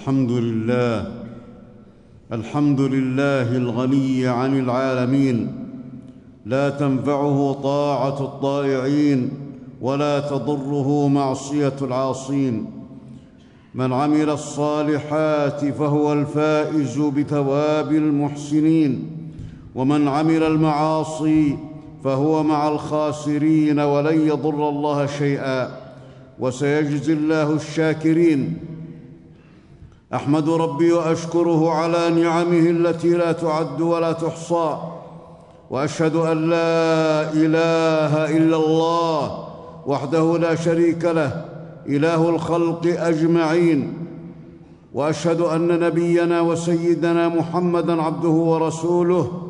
الحمد لله الغني عن العالمين، لا تنفعه طاعة الطائعين ولا تضره معصية العاصين. من عمل الصالحات فهو الفائز بثواب المحسنين، ومن عمل المعاصي فهو مع الخاسرين ولن يضر الله شيئا، وسيجزي الله الشاكرين. أحمد ربي وأشكره على نعمه التي لا تعد ولا تحصى، وأشهد أن لا إله إلا الله وحده لا شريك له، إله الخلق أجمعين. وأشهد أن نبينا وسيدنا محمدًا عبده ورسوله،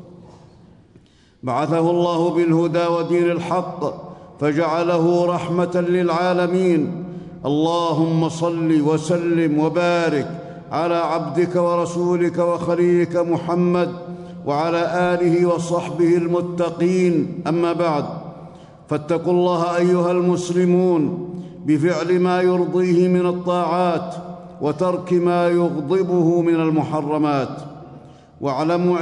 بعثه الله بالهدى ودين الحق فجعله رحمة للعالمين. اللهم صل وسلم وبارك على عبدك ورسولك وخليلك محمد وعلى آله وصحبه المتقين. أما بعد، فاتقوا الله أيها المسلمون بفعل ما يرضيه من الطاعات وترك ما يغضبه من المحرمات. واعلموا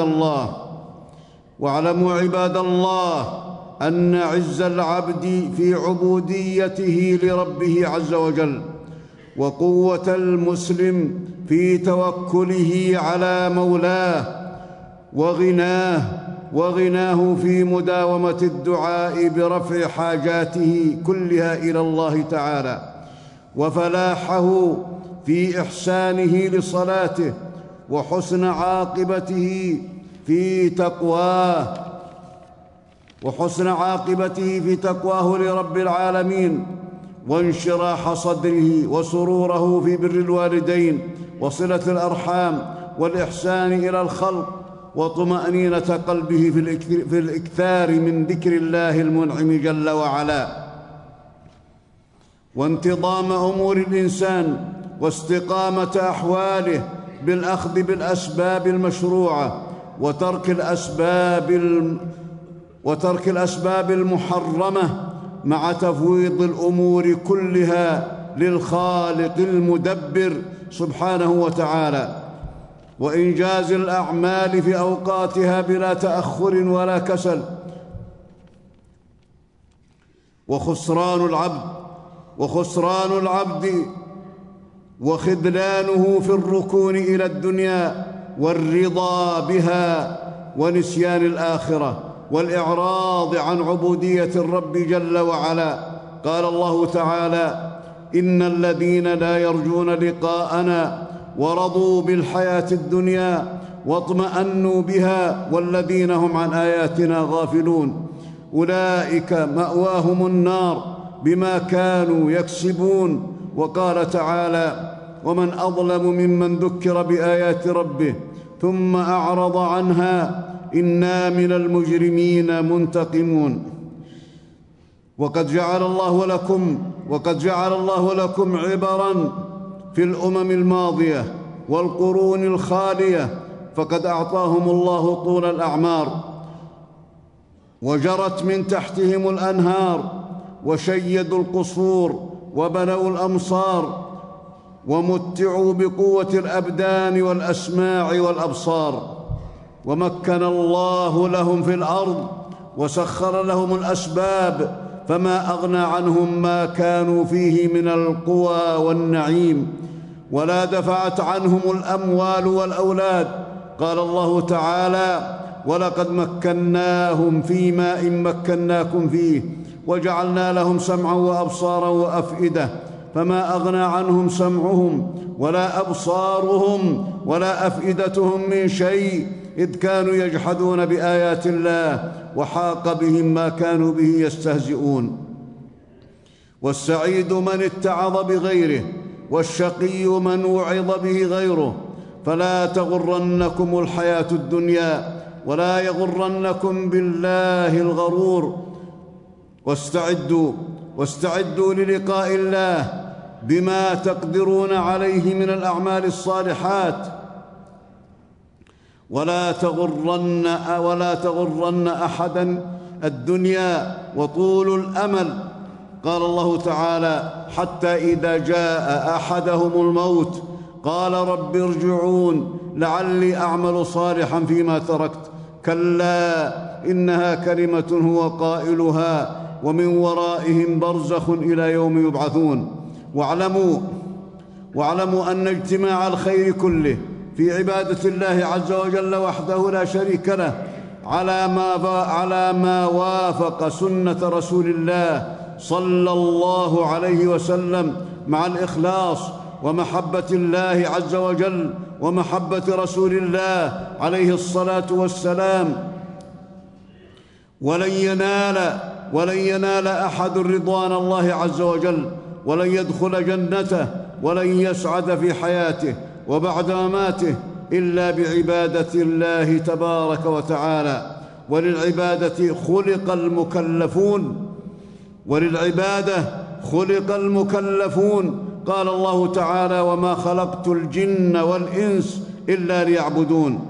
عباد الله أن عز العبد في عبوديته لربه عز وجل، وقوة المسلم في توكله على مولاه، وغناه في مداومة الدعاء برفع حاجاته كلها إلى الله تعالى، وفلاحه في إحسانه لصلاته، وحسن عاقبته في تقواه لرب العالمين، وانشراح صدره وسروره في بر الوالدين وصلة الأرحام والإحسان إلى الخلق، وطمأنينة قلبه في الإكثار من ذكر الله المنعم جل وعلا، وانتظام أمور الإنسان واستقامة أحواله بالأخذ بالأسباب المشروعة وترك الأسباب المحرمة، مع تفويض الأمور كلها للخالق المدبر سبحانه وتعالى، وإنجاز الأعمال في أوقاتها بلا تأخر ولا كسل. وخسران العبد وخذلانه في الركون إلى الدنيا والرضا بها ونسيان الآخرة والإعراض عن عبودية الرب جل وعلا. قال الله تعالى: إن الذين لا يرجون لقاءنا ورضوا بالحياة الدنيا واطمأنوا بها والذين هم عن آياتنا غافلون، أولئك مأواهم النار بما كانوا يكسبون. وقال تعالى: ومن أظلم ممن ذكر بآيات ربه ثم أعرض عنها إنا من المجرمين منتقمون. وقد جعل الله لكم عبراً في الأمم الماضية والقرون الخالية، فقد أعطاهم الله طول الأعمار، وجرت من تحتهم الأنهار، وشيدوا القصور، وبنوا الأمصار، ومتعوا بقوة الأبدان والأسماع والأبصار، ومكن الله لهم في الأرض وسخر لهم الأسباب، فما أغنى عنهم ما كانوا فيه من القوى والنعيم، ولا دفعت عنهم الأموال والأولاد. قال الله تعالى: ولقد مكناهم في ماء مكناكم فيه وجعلنا لهم سمعا وأبصارا وأفئدة، فما أغنى عنهم سمعهم ولا أبصارهم ولا أفئدتهم من شيء، إذ كانوا يجحدون بآيات الله وحاق بهم ما كانوا به يستهزئون. والسعيد من اتعظ بغيره، والشقي من وعظ به غيره. فلا تغرنكم الحياة الدنيا ولا يغرنكم بالله الغرور، واستعدوا للقاء الله بما تقدرون عليه من الأعمال الصالحات، ولا تغرن أحدا الدنيا وطول الأمل. قال الله تعالى: حتى إذا جاء أحدهم الموت قال رب ارجعون لعلي أعمل صالحا فيما تركت. كلا إنها كلمة هو قائلها ومن ورائهم برزخ إلى يوم يبعثون. واعلموا أن اجتماع الخير كله في عبادة الله عز وجل وحده لا شريك له على ما وافق سنة رسول الله صلى الله عليه وسلم، مع الإخلاص ومحبة الله عز وجل ومحبة رسول الله عليه الصلاة والسلام. ولن ينال أحد رضوان الله عز وجل، ولن يدخل جنته، ولن يسعد في حياته وبعد مماته إلا بعبادة الله تبارك وتعالى. وللعبادة خلق المكلفون. قال الله تعالى: وما خلقت الجن والإنس إلا ليعبدون.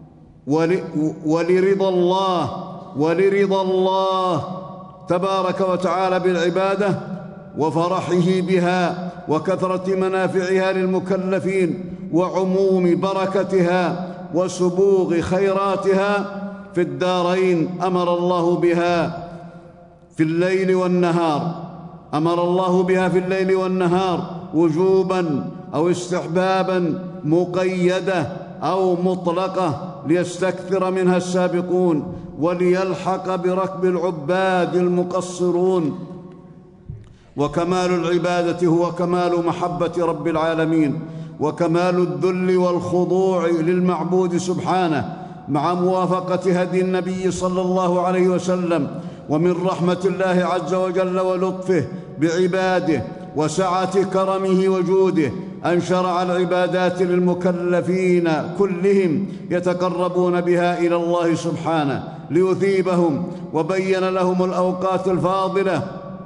ولرضا الله تبارك وتعالى بالعبادة وفرحه بها وكثرة منافعها للمكلفين وعموم بركتها وسبوغ خيراتها في الدارين أمر الله بها في الليل والنهار وجوبا أو استحبابا، مقيدة أو مطلقة، ليستكثر منها السابقون وليلحق بركب العباد المقصرون. وكمال العبادة هو كمال محبة رب العالمين وكمال الذل والخضوع للمعبود سبحانه، مع موافقة هدي النبي صلى الله عليه وسلم. ومن رحمة الله عز وجل ولطفه بعباده وسعة كرمه وجوده أن شرع العبادات للمكلفين كلهم يتقربون بها إلى الله سبحانه ليثيبهم، وبين لهم الأوقات الفاضلة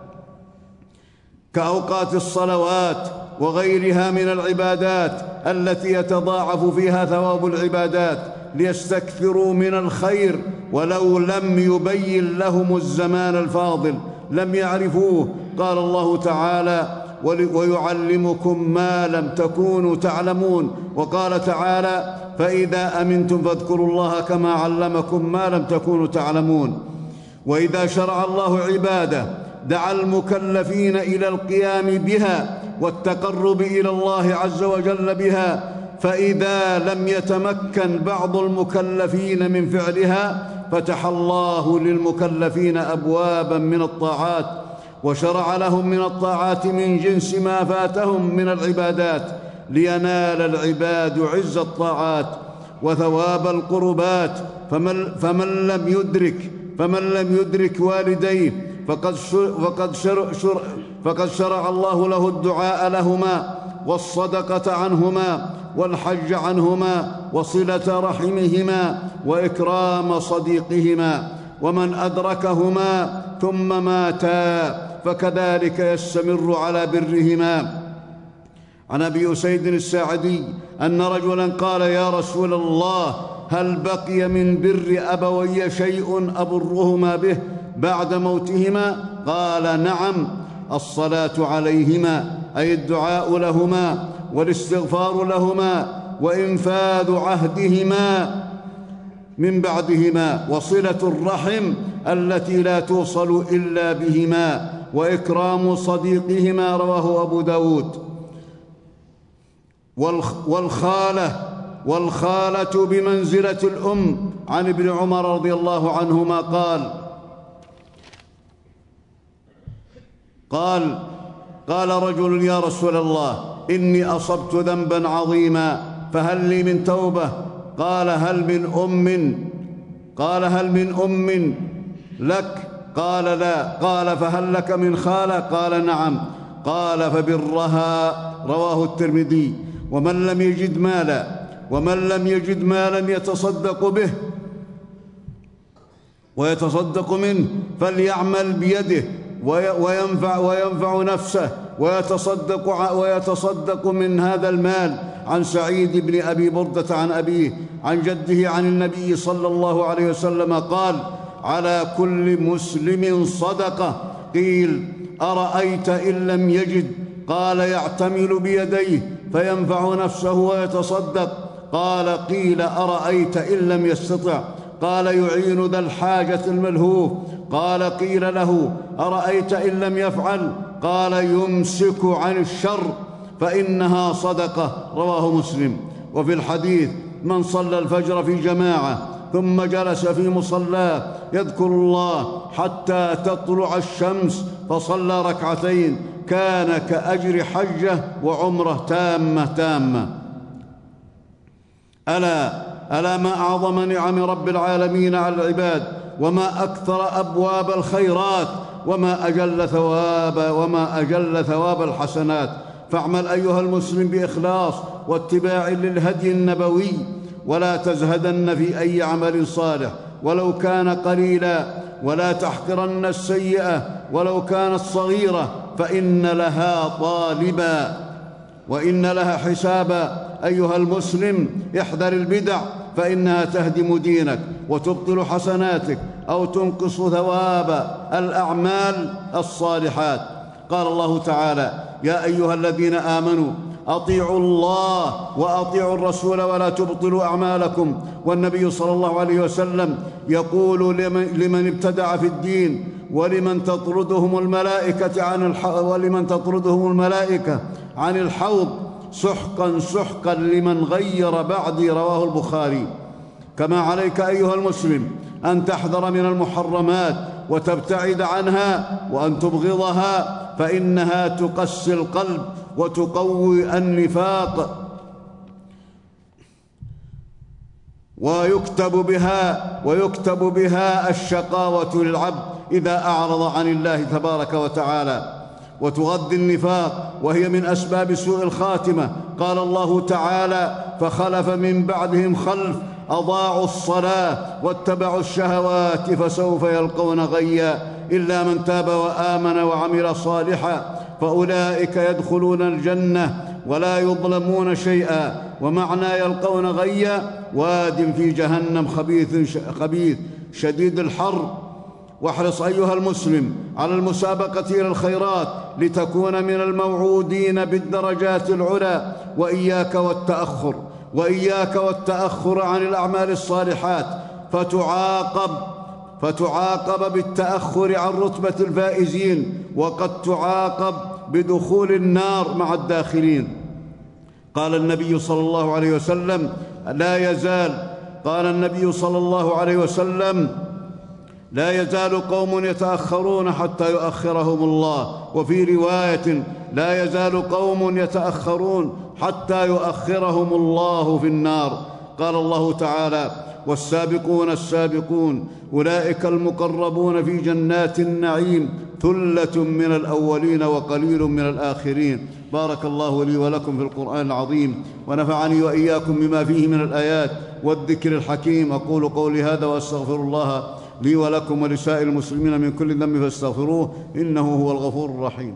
كأوقات الصلوات وغيرها من العبادات التي يتضاعف فيها ثواب العبادات، ليستكثروا من الخير، ولو لم يبين لهم الزمان الفاضل لم يعرفوه. قال الله تعالى: ويعلمكم ما لم تكونوا تعلمون. وقال تعالى: فإذا أمنتم فاذكروا الله كما علمكم ما لم تكونوا تعلمون. وإذا شرع الله عبادة دعا المكلفين إلى القيام بها والتقرب إلى الله عز وجل بها، فإذا لم يتمكن بعض المكلفين من فعلها فتح الله للمكلفين أبوابا من الطاعات، وشرع لهم من الطاعات من جنس ما فاتهم من العبادات، لينال العباد عز الطاعات وثواب القربات. فمن لم يدرك والديه فقد شرع الله له الدعاء لهما والصدقة عنهما والحج عنهما وصلة رحمهما وإكرام صديقهما. ومن أدركهما ثم ماتا فكذلك يستمر على برهما. عن أبي أسيد الساعدي أن رجلا قال: يا رسول الله، هل بقي من بر أبوي شيء أبرهما به بعد موتهما؟ قال: نعم، الصلاة عليهما، أي الدعاء لهما والاستغفار لهما وإنفاذ عهدهما من بعدهما، وصلة الرحم التي لا توصل إلا بهما، وإكرام صديقهما. رواه أبو داود. والخالة بمنزلة الأم. عن ابن عمر رضي الله عنهما قال رجل: يا رسول الله، إني أصبت ذنبا عظيما فهل لي من توبة؟ قال: هل من أم لك؟ قال: لا. قال: فهل لك من خالة؟ قال: نعم. قال: فبرها. رواه الترمذي. ومن لم يجد مالا يتصدق منه فليعمل بيده وينفع نفسه ويتصدق من هذا المال. عن سعيد بن أبي بردة عن أبيه عن جده عن النبي صلى الله عليه وسلم قال: على كل مسلم صدقة. قيل: أرأيت إن لم يجد؟ قال: يعتمل بيديه فينفع نفسه ويتصدق؟ قال: قيل: أرأيت إن لم يستطع؟ قال: يعين ذا الحاجة الملهوف. قال: قيل له: أرأيت إن لم يفعل؟ قال: يمسك عن الشر فإنها صدقة. رواه مسلم. وفي الحديث: من صلى الفجر في جماعة ثم جلس في مصلاه يذكر الله حتى تطلع الشمس فصلى ركعتين كان كأجر حجة وعمرة تامة. ألا ما أعظم نعم رب العالمين على العباد، وما أكثر أبواب الخيرات، وما أجل ثواب الحسنات. فاعمل أيها المسلم بإخلاص واتباع للهدي النبوي، ولا تزهدن في أي عمل صالح ولو كان قليلا، ولا تحقرن السيئة ولو كانت صغيرة، فإن لها طالبا وإن لها حسابا. أيها المسلم، احذر البدع، فإنها تهدم دينك وتبطل حسناتك أو تنقص ثواب الأعمال الصالحات. قال الله تعالى: يا أيها الذين آمنوا أطيعوا الله وأطيعوا الرسول ولا تبطلوا أعمالكم. والنبي صلى الله عليه وسلم يقول لمن ابتدع في الدين: ولمن تطردهم الملائكة عن الحوض سحقا سحقا لمن غير بعدي. رواه البخاري. كما عليك أيها المسلم أن تحذر من المحرمات وتبتعد عنها، وأن تبغضها، فإنها تقسي القلب وتقوي النفاق، ويكتب بها الشقاوة للعبد إذا أعرض عن الله تبارك وتعالى، وتغذي النفاق، وهي من أسباب سوء الخاتمة. قال الله تعالى: فخلف من بعدهم خلف أضاعوا الصلاة واتبعوا الشهوات فسوف يلقون غيا إلا من تاب وآمن وعمل صالحا فأولئك يدخلون الجنة ولا يظلمون شيئا. ومعنى يلقون غيا: واد في جهنم خبيث شديد الحر. واحرص أيها المسلم على المسابقة إلى الخيرات لتكون من الموعودين بالدرجات العلى، وإياك والتأخر عن الأعمال الصالحات، فتعاقب بالتأخر عن رتبة الفائزين، وقد تعاقب بدخول النار مع الداخلين. قال النبي صلى الله عليه وسلم: لا يزال قوم يتأخرون حتى يؤخرهم الله. وفي رواية: لا يزال قوم يتأخرون حتى يؤخرهم الله في النار. قال الله تعالى: والسابقون السابقون أولئك المقربون في جنات النعيم ثلة من الأولين وقليل من الآخرين. بارك الله لي ولكم في القرآن العظيم، ونفعني وإياكم بما فيه من الآيات والذكر الحكيم. أقول قولي هذا وأستغفر الله لي ولكم ولسائر المسلمين من كل ذنب فاستغفروه إنه هو الغفور الرحيم.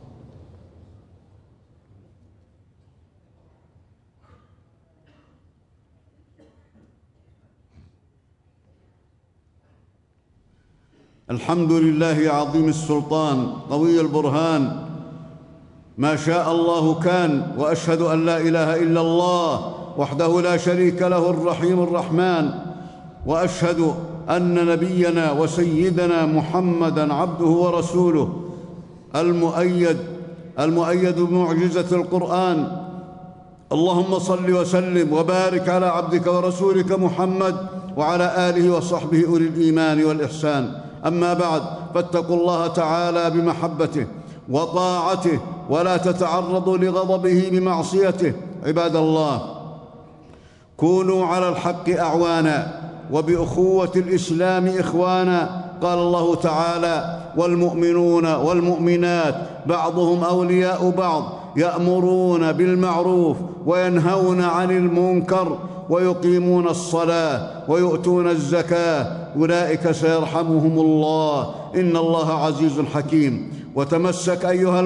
الحمد لله عظيم السلطان قوي البرهان، ما شاء الله كان، وأشهد أن لا إله إلا الله وحده لا شريك له الرحيم الرحمن، وأشهد أن نبينا وسيدنا محمدًا عبده ورسوله المؤيد بمعجزة القرآن. اللهم صل وسلم وبارك على عبدك ورسولك محمد وعلى آله وصحبه أولي الإيمان والإحسان. أما بعد، فاتقوا الله تعالى بمحبته وطاعته، ولا تتعرضوا لغضبه بمعصيته. عباد الله، كونوا على الحق أعوانا، وبأخوة الإسلام إخوانا. قال الله تعالى: والمؤمنون والمؤمنات بعضهم أولياء بعض يأمرون بالمعروف وينهون عن المنكر ويقيمون الصلاة ويؤتون الزكاة أولئك سيرحمهم الله إن الله عزيز حكيم. وتمسك أيها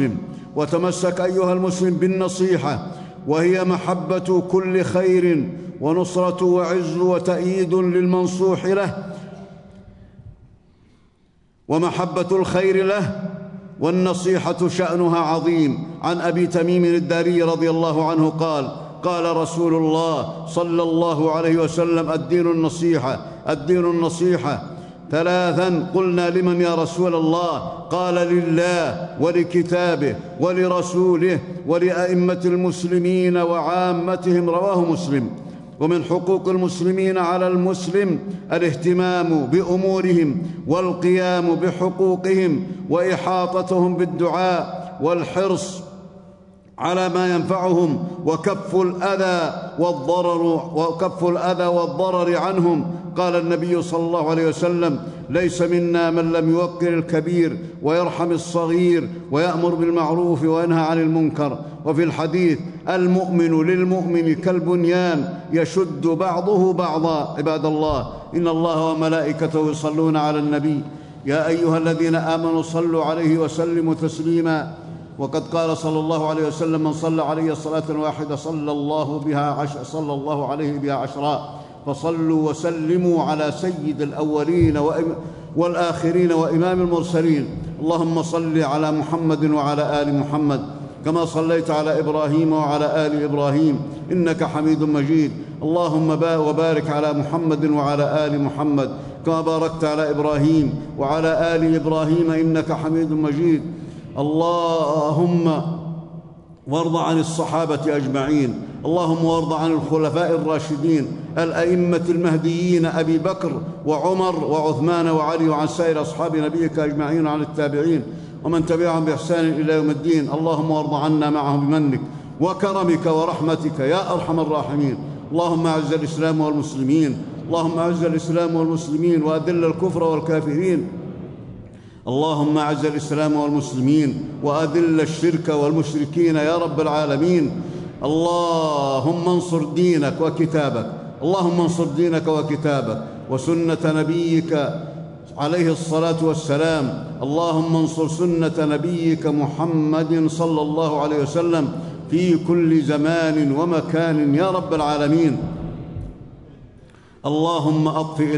المسلم بالنصيحة، وهي محبة كل خير ونصرة وعز وتأييد للمنصوح له، ومحبة الخير له والنصيحة شأنها عظيم. عن أبي تميم الداري رضي الله عنه قال: قال رسول الله صلى الله عليه وسلم: الدين النصيحة. ثلاثا: قلنا: لمن يا رسول الله؟ قال: لله ولكتابه ولرسوله ولأئمة المسلمين وعامتهم. رواه مسلم. ومن حقوق المسلمين على المسلم الاهتمام بأمورهم والقيام بحقوقهم وإحاطتهم بالدعاء والحرص على ما ينفعهم وكف الأذى والضرر عنهم. قال النبي صلى الله عليه وسلم: ليس منا من لم يوقر الكبير ويرحم الصغير ويأمر بالمعروف وينهى عن المنكر. وفي الحديث: المؤمن للمؤمن كالبنيان يشد بعضه بعضا. عباد الله، إن الله وملائكته يصلون على النبي، يا أيها الذين آمنوا صلوا عليه وسلموا تسليما. وقد قال صلى الله عليه وسلم: من صلى علي صلاة واحدة صلى الله عليه بها عشرا. فصلوا وسلموا على سيد الأولين والآخرين وإمام المرسلين. اللهم صل على محمد وعلى آل محمد كما صليت على إبراهيم وعلى آل إبراهيم إنك حميد مجيد. اللهم وبارك على محمد وعلى آل محمد كما باركت على إبراهيم وعلى آل إبراهيم إنك حميد مجيد. اللهم وارض عن الصحابة أجمعين. اللهم وارض عن الخلفاء الراشدين الأئمة المهديين أبي بكر وعمر وعثمان وعلي، وعن سائر أصحاب نبيك أجمعين، وعن التابعين ومن تبعهم بإحسان إلى يوم الدين. اللهم وارض عنا معهم بمنك وكرمك ورحمتك يا أرحم الراحمين. اللهم أعز الإسلام والمسلمين وأذل الكفر والكافرين. اللهم أعز الإسلام والمسلمين وأذل الشرك والمشركين يا رب العالمين. اللهم انصر دينك وكتابك وسنة نبيك عليه الصلاة والسلام. اللهم انصر سنة نبيك محمد صلى الله عليه وسلم في كل زمان ومكان يا رب العالمين. اللهم أطفئ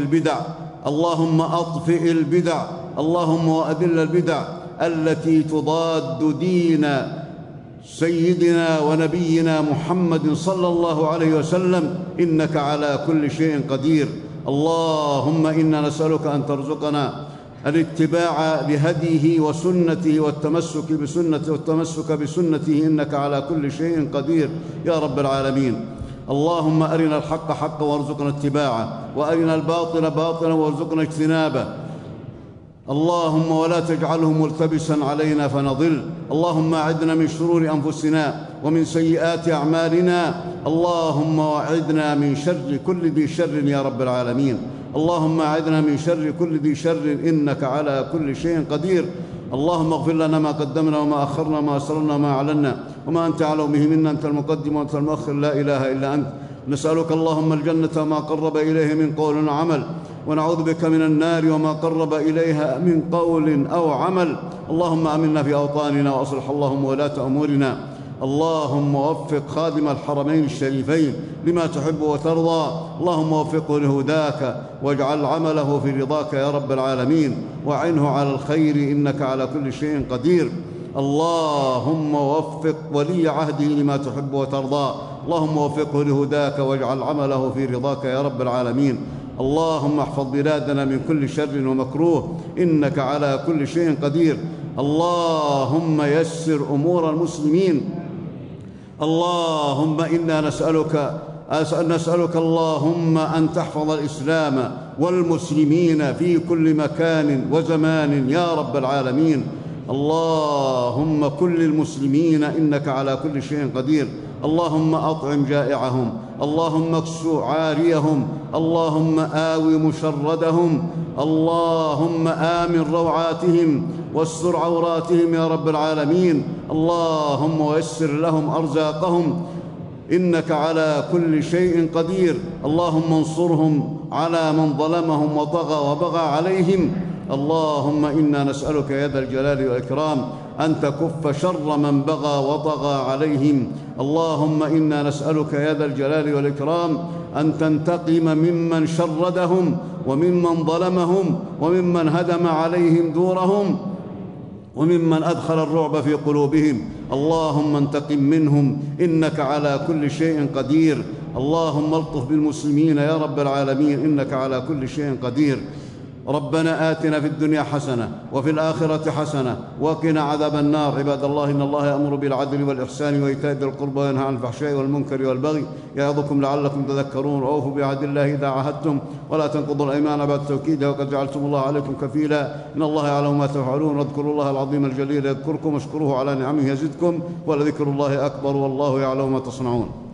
البدع اللهم وأذل البدع التي تضاد دين سيدنا ونبينا محمد صلى الله عليه وسلم، إنك على كل شيء قدير. اللهم إنا نسألك أن ترزقنا الاتباع لهديه وسنته والتمسك بسنته إنك على كل شيء قدير يا رب العالمين. اللهم أرنا الحق حقا وارزقنا اتباعه، وأرنا الباطل باطلا وارزقنا اجتنابه. اللهم ولا تجعله ملتبسا علينا فنضل. اللهم أعذنا من شرور أنفسنا ومن سيئات أعمالنا. اللهم أعذنا من شر كل ذي شر يا رب العالمين. اللهم أعذنا من شر كل ذي شر إنك على كل شيء قدير. اللهم اغفر لنا ما قدمنا وما أخرنا وما أسررنا وما أعلنا وما أنت أعلم به منا. أنت المقدم وأنت المؤخر، لا إله إلا أنت. نسألك اللهم الجنة وما قرب إليه من قول وعمل، ونعوذ بك من النار وما قرب إليها من قول أو عمل. اللهم آمنا في أوطاننا وأصلح اللهم ولاة أمورنا. اللهم وفق خادم الحرمين الشريفين لما تحب وترضى. اللهم وفقه لهداك واجعل عمله في رضاك يا رب العالمين، وعنه على الخير إنك على كل شيء قدير. اللهم وفق ولي عهده لما تحب وترضى. اللهم وفقه لهداك واجعل عمله في رضاك يا رب العالمين. اللهم احفظ بلادنا من كل شر ومكروه إنك على كل شيء قدير. اللهم يسر أمور المسلمين. اللهم إنا نسألك اللهم أن تحفظ الإسلام والمسلمين في كل مكان وزمان يا رب العالمين. اللهم كل المسلمين إنك على كل شيء قدير. اللهم أطعم جائعهم، اللهم اكسو عاريهم، اللهم آوي مشردهم، اللهم آمن روعاتهم واستر عوراتهم يا رب العالمين. اللهم ويسر لهم أرزاقهم إنك على كل شيء قدير. اللهم انصرهم على من ظلمهم وبغى عليهم. اللهم إنا نسألك يا ذا الجلال والإكرام أن تكف شر من بغى وطغى عليهم. اللهم إنا نسألك يا ذا الجلال والإكرام أن تنتقم ممن شردهم وممن ظلمهم وممن هدم عليهم دورهم. وممن أدخل الرعب في قلوبهم. اللهم انتقم منهم إنك على كل شيء قدير. اللهم الطف بالمسلمين يا رب العالمين إنك على كل شيء قدير. ربنا آتنا في الدنيا حسنة وفي الآخرة حسنة وقنا عذاب النار. عباد الله، إن الله يأمر بالعدل والإحسان وإيتاء ذي القربى وينهى عن الفحشاء والمنكر والبغي يعظكم لعلكم تذكرون. وأوفوا بعهد الله إذا عاهدتم ولا تنقضوا الأيمان بعد توكيدها وقد جعلتم الله عليكم كفيلا. إن الله يعلم ما تفعلون. واذكروا الله العظيم الجليل يذكركم واشكروه على نعمه يزدكم ولذكر الله أكبر والله يعلم ما تصنعون.